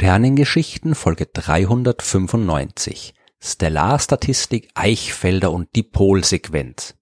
Sternengeschichten Folge 395 Stellarstatistik, Eichfelder und Dipolsequenz.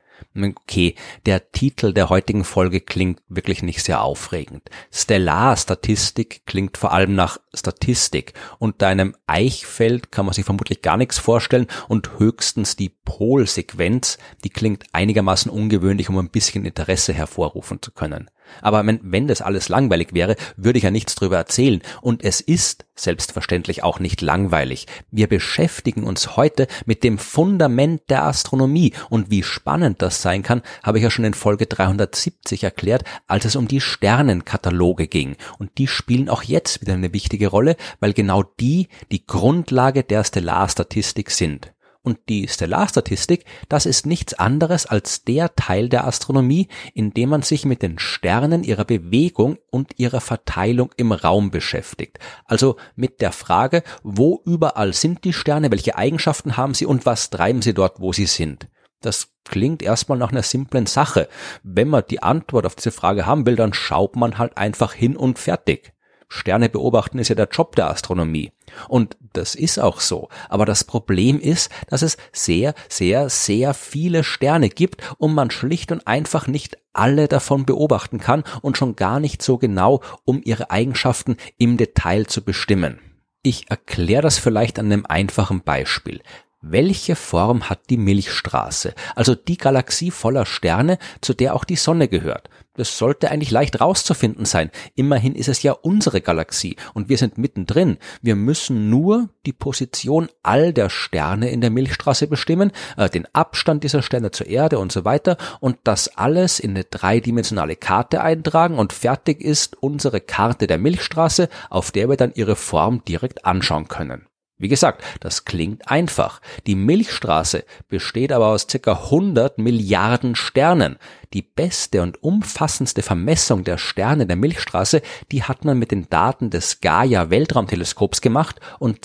Okay, der Titel der heutigen Folge klingt wirklich nicht sehr aufregend. Stellarstatistik klingt vor allem nach Statistik. Unter einem Eichfeld kann man sich vermutlich gar nichts vorstellen und höchstens die Polsequenz, die klingt einigermaßen ungewöhnlich, um ein bisschen Interesse hervorrufen zu können. Aber wenn das alles langweilig wäre, würde ich ja nichts drüber erzählen. Und es ist selbstverständlich auch nicht langweilig. Wir beschäftigen uns heute mit dem Fundament der Astronomie. Und wie spannend das sein kann, habe ich ja schon in Folge 370 erklärt, als es um die Sternenkataloge ging. Und die spielen auch jetzt wieder eine wichtige Rolle, weil genau die Grundlage der Stellarstatistik sind. Und die Stellarstatistik, das ist nichts anderes als der Teil der Astronomie, in dem man sich mit den Sternen, ihrer Bewegung und ihrer Verteilung im Raum beschäftigt. Also mit der Frage, wo überall sind die Sterne, welche Eigenschaften haben sie und was treiben sie dort, wo sie sind. Das klingt erstmal nach einer simplen Sache. Wenn man die Antwort auf diese Frage haben will, dann schaut man halt einfach hin und fertig. Sterne beobachten ist ja der Job der Astronomie. Und das ist auch so. Aber das Problem ist, dass es sehr, sehr, sehr viele Sterne gibt und man schlicht und einfach nicht alle davon beobachten kann und schon gar nicht so genau, um ihre Eigenschaften im Detail zu bestimmen. Ich erkläre das vielleicht an einem einfachen Beispiel. Welche Form hat die Milchstraße, also die Galaxie voller Sterne, zu der auch die Sonne gehört? Das sollte eigentlich leicht rauszufinden sein. Immerhin ist es ja unsere Galaxie und wir sind mittendrin. Wir müssen nur die Position all der Sterne in der Milchstraße bestimmen, den Abstand dieser Sterne zur Erde und so weiter und das alles in eine dreidimensionale Karte eintragen und fertig ist unsere Karte der Milchstraße, auf der wir dann ihre Form direkt anschauen können. Wie gesagt, das klingt einfach. Die Milchstraße besteht aber aus ca. 100 Milliarden Sternen. Die beste und umfassendste Vermessung der Sterne der Milchstraße, die hat man mit den Daten des Gaia-Weltraumteleskops gemacht und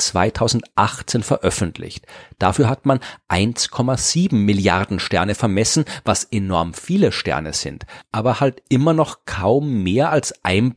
2018 veröffentlicht. Dafür hat man 1,7 Milliarden Sterne vermessen, was enorm viele Sterne sind, aber halt immer noch kaum mehr als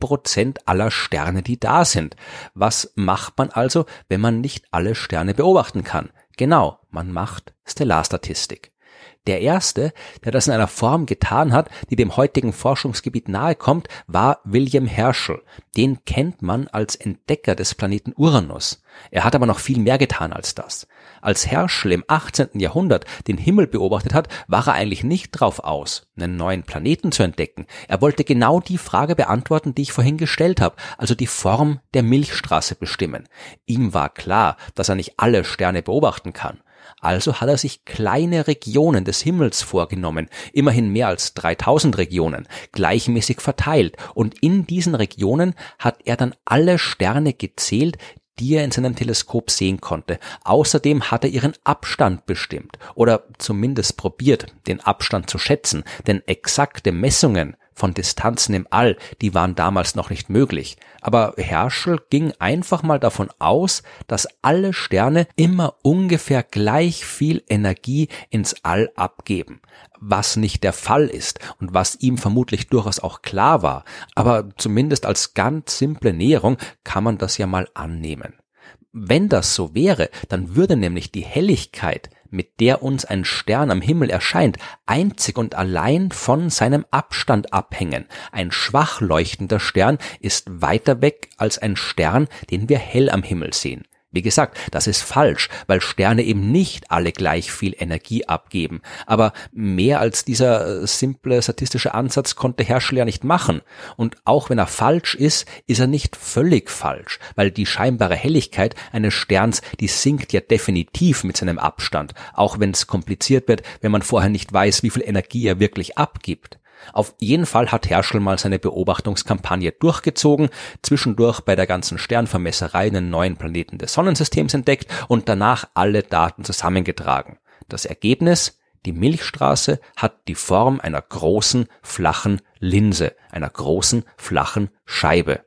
1% aller Sterne, die da sind. Was macht man also, wenn man nicht alle Sterne beobachten kann? Genau, man macht Stellarstatistik. Der erste, der das in einer Form getan hat, die dem heutigen Forschungsgebiet nahe kommt, war William Herschel. Den kennt man als Entdecker des Planeten Uranus. Er hat aber noch viel mehr getan als das. Als Herschel im 18. Jahrhundert den Himmel beobachtet hat, war er eigentlich nicht drauf aus, einen neuen Planeten zu entdecken. Er wollte genau die Frage beantworten, die ich vorhin gestellt habe, also die Form der Milchstraße bestimmen. Ihm war klar, dass er nicht alle Sterne beobachten kann. Also hat er sich kleine Regionen des Himmels vorgenommen, immerhin mehr als 3000 Regionen, gleichmäßig verteilt. Und in diesen Regionen hat er dann alle Sterne gezählt, die er in seinem Teleskop sehen konnte. Außerdem hat er ihren Abstand bestimmt oder zumindest probiert, den Abstand zu schätzen, denn exakte Messungen von Distanzen im All, die waren damals noch nicht möglich. Aber Herschel ging einfach mal davon aus, dass alle Sterne immer ungefähr gleich viel Energie ins All abgeben. Was nicht der Fall ist und was ihm vermutlich durchaus auch klar war. Aber zumindest als ganz simple Näherung kann man das ja mal annehmen. Wenn das so wäre, dann würde nämlich die Helligkeit, mit der uns ein Stern am Himmel erscheint, einzig und allein von seinem Abstand abhängen. Ein schwach leuchtender Stern ist weiter weg als ein Stern, den wir hell am Himmel sehen. Wie gesagt, das ist falsch, weil Sterne eben nicht alle gleich viel Energie abgeben. Aber mehr als dieser simple statistische Ansatz konnte Herschel ja nicht machen. Und auch wenn er falsch ist, ist er nicht völlig falsch, weil die scheinbare Helligkeit eines Sterns, die sinkt ja definitiv mit seinem Abstand, auch wenn es kompliziert wird, wenn man vorher nicht weiß, wie viel Energie er wirklich abgibt. Auf jeden Fall hat Herschel mal seine Beobachtungskampagne durchgezogen, zwischendurch bei der ganzen Sternvermesserei einen neuen Planeten des Sonnensystems entdeckt und danach alle Daten zusammengetragen. Das Ergebnis: Die Milchstraße hat die Form einer großen, flachen Linse, einer großen, flachen Scheibe.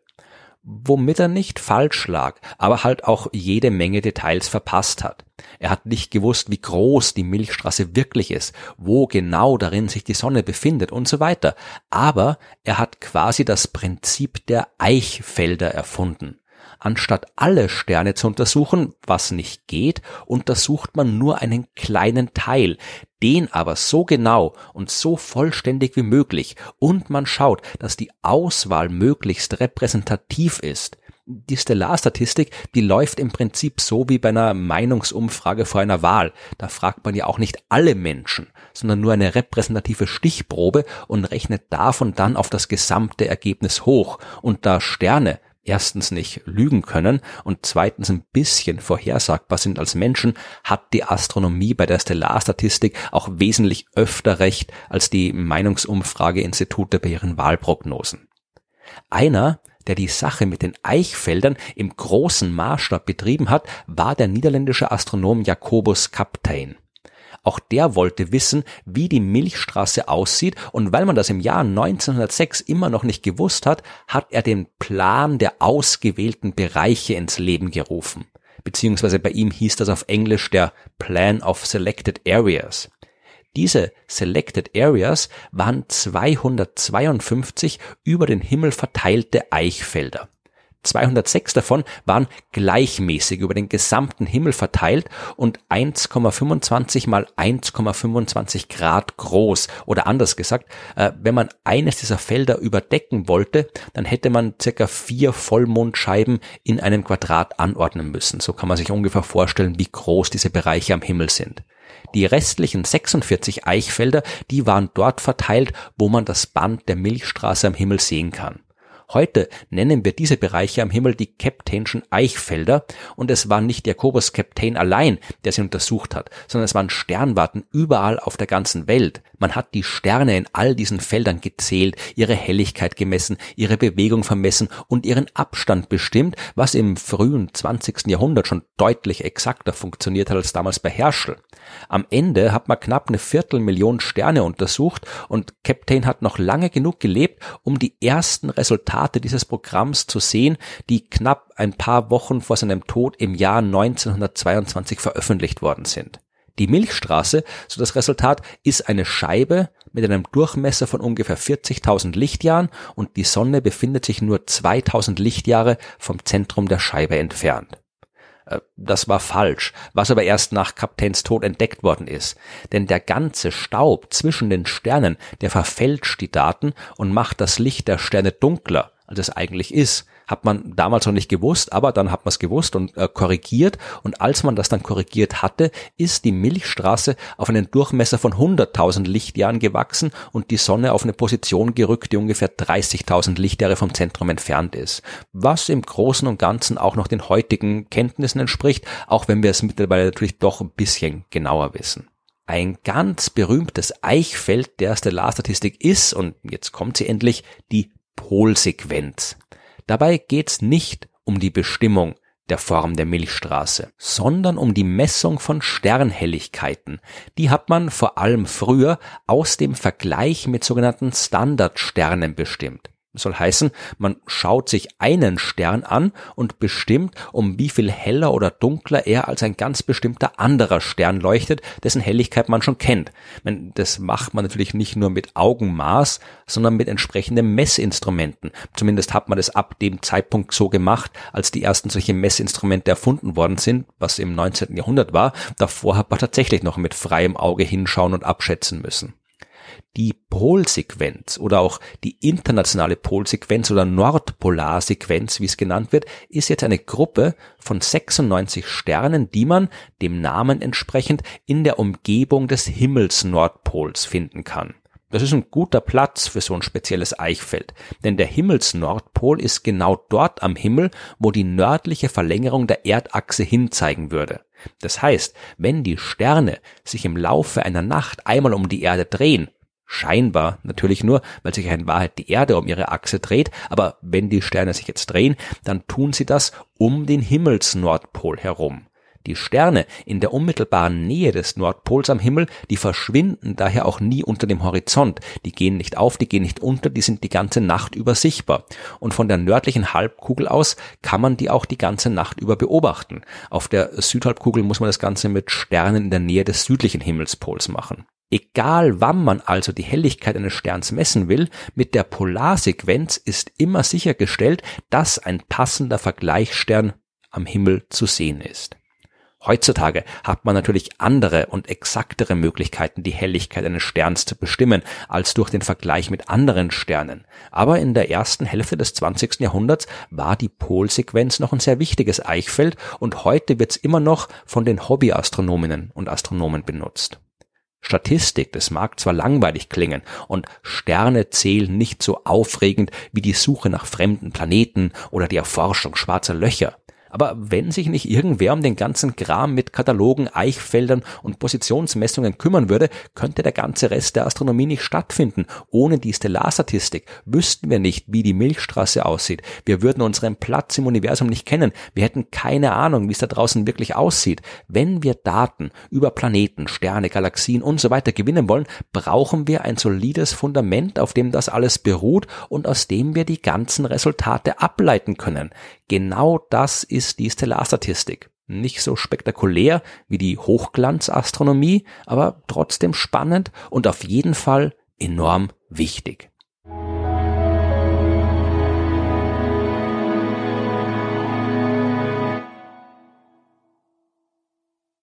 Womit er nicht falsch lag, aber halt auch jede Menge Details verpasst hat. Er hat nicht gewusst, wie groß die Milchstraße wirklich ist, wo genau darin sich die Sonne befindet und so weiter. Aber er hat quasi das Prinzip der Eichfelder erfunden. Anstatt alle Sterne zu untersuchen, was nicht geht, untersucht man nur einen kleinen Teil, den aber so genau und so vollständig wie möglich, und man schaut, dass die Auswahl möglichst repräsentativ ist. Die Stellarstatistik, die läuft im Prinzip so wie bei einer Meinungsumfrage vor einer Wahl. Da fragt man ja auch nicht alle Menschen, sondern nur eine repräsentative Stichprobe und rechnet davon dann auf das gesamte Ergebnis hoch. Und da Sterne erstens nicht lügen können und zweitens ein bisschen vorhersagbar sind als Menschen, hat die Astronomie bei der Stellarstatistik auch wesentlich öfter recht als die Meinungsumfrageinstitute bei ihren Wahlprognosen. Einer, der die Sache mit den Eichfeldern im großen Maßstab betrieben hat, war der niederländische Astronom Jacobus Kapteyn. Auch der wollte wissen, wie die Milchstraße aussieht, und weil man das im Jahr 1906 immer noch nicht gewusst hat, hat er den Plan der ausgewählten Bereiche ins Leben gerufen. Beziehungsweise bei ihm hieß das auf Englisch der Plan of Selected Areas. Diese Selected Areas waren 252 über den Himmel verteilte Eichfelder. 206 davon waren gleichmäßig über den gesamten Himmel verteilt und 1,25 mal 1,25 Grad groß. Oder anders gesagt, wenn man eines dieser Felder überdecken wollte, dann hätte man circa 4 Vollmondscheiben in einem Quadrat anordnen müssen. So kann man sich ungefähr vorstellen, wie groß diese Bereiche am Himmel sind. Die restlichen 46 Eichfelder, die waren dort verteilt, wo man das Band der Milchstraße am Himmel sehen kann. Heute nennen wir diese Bereiche am Himmel die Kapteynschen Eichfelder, und es war nicht Jacobus Kapteyn allein, der sie untersucht hat, sondern es waren Sternwarten überall auf der ganzen Welt. Man hat die Sterne in all diesen Feldern gezählt, ihre Helligkeit gemessen, ihre Bewegung vermessen und ihren Abstand bestimmt, was im frühen 20. Jahrhundert schon deutlich exakter funktioniert hat als damals bei Herschel. Am Ende hat man knapp 250.000 Sterne untersucht, und Kapteyn hat noch lange genug gelebt, um die ersten Resultate dieses Programms zu sehen, die knapp ein paar Wochen vor seinem Tod im Jahr 1922 veröffentlicht worden sind. Die Milchstraße, so das Resultat, ist eine Scheibe mit einem Durchmesser von ungefähr 40.000 Lichtjahren, und die Sonne befindet sich nur 2.000 Lichtjahre vom Zentrum der Scheibe entfernt. Das war falsch, was aber erst nach Kapteyns Tod entdeckt worden ist. Denn der ganze Staub zwischen den Sternen, der verfälscht die Daten und macht das Licht der Sterne dunkler, als es eigentlich ist. Hat man damals noch nicht gewusst, aber dann hat man es gewusst und korrigiert. Und als man das dann korrigiert hatte, ist die Milchstraße auf einen Durchmesser von 100.000 Lichtjahren gewachsen und die Sonne auf eine Position gerückt, die ungefähr 30.000 Lichtjahre vom Zentrum entfernt ist. Was im Großen und Ganzen auch noch den heutigen Kenntnissen entspricht, auch wenn wir es mittlerweile natürlich doch ein bisschen genauer wissen. Ein ganz berühmtes Eichfeld der Stellarstatistik ist, und jetzt kommt sie endlich, die Polsequenz. Dabei geht's nicht um die Bestimmung der Form der Milchstraße, sondern um die Messung von Sternhelligkeiten. Die hat man vor allem früher aus dem Vergleich mit sogenannten Standardsternen bestimmt. Das soll heißen, man schaut sich einen Stern an und bestimmt, um wie viel heller oder dunkler er als ein ganz bestimmter anderer Stern leuchtet, dessen Helligkeit man schon kennt. Das macht man natürlich nicht nur mit Augenmaß, sondern mit entsprechenden Messinstrumenten. Zumindest hat man das ab dem Zeitpunkt so gemacht, als die ersten solche Messinstrumente erfunden worden sind, was im 19. Jahrhundert war. Davor hat man tatsächlich noch mit freiem Auge hinschauen und abschätzen müssen. Die Polsequenz oder auch die internationale Polsequenz oder Nordpolarsequenz, wie es genannt wird, ist jetzt eine Gruppe von 96 Sternen, die man dem Namen entsprechend in der Umgebung des Himmelsnordpols finden kann. Das ist ein guter Platz für so ein spezielles Eichfeld, denn der Himmelsnordpol ist genau dort am Himmel, wo die nördliche Verlängerung der Erdachse hinzeigen würde. Das heißt, wenn die Sterne sich im Laufe einer Nacht einmal um die Erde drehen, scheinbar natürlich nur, weil sich in Wahrheit die Erde um ihre Achse dreht, aber wenn die Sterne sich jetzt drehen, dann tun sie das um den Himmelsnordpol herum. Die Sterne in der unmittelbaren Nähe des Nordpols am Himmel, die verschwinden daher auch nie unter dem Horizont. Die gehen nicht auf, die gehen nicht unter, die sind die ganze Nacht über sichtbar. Und von der nördlichen Halbkugel aus kann man die auch die ganze Nacht über beobachten. Auf der Südhalbkugel muss man das Ganze mit Sternen in der Nähe des südlichen Himmelspols machen. Egal wann man also die Helligkeit eines Sterns messen will, mit der Polarsequenz ist immer sichergestellt, dass ein passender Vergleichsstern am Himmel zu sehen ist. Heutzutage hat man natürlich andere und exaktere Möglichkeiten, die Helligkeit eines Sterns zu bestimmen, als durch den Vergleich mit anderen Sternen. Aber in der ersten Hälfte des 20. Jahrhunderts war die Polsequenz noch ein sehr wichtiges Eichfeld und heute wird es immer noch von den Hobbyastronominnen und Astronomen benutzt. Statistik, das mag zwar langweilig klingen und Sterne zählen nicht so aufregend wie die Suche nach fremden Planeten oder die Erforschung schwarzer Löcher. Aber wenn sich nicht irgendwer um den ganzen Kram mit Katalogen, Eichfeldern und Positionsmessungen kümmern würde, könnte der ganze Rest der Astronomie nicht stattfinden. Ohne die Stellarstatistik wüssten wir nicht, wie die Milchstraße aussieht. Wir würden unseren Platz im Universum nicht kennen. Wir hätten keine Ahnung, wie es da draußen wirklich aussieht. Wenn wir Daten über Planeten, Sterne, Galaxien und so weiter gewinnen wollen, brauchen wir ein solides Fundament, auf dem das alles beruht und aus dem wir die ganzen Resultate ableiten können. Genau das ist die Stellarstatistik. Nicht so spektakulär wie die Hochglanzastronomie, aber trotzdem spannend und auf jeden Fall enorm wichtig.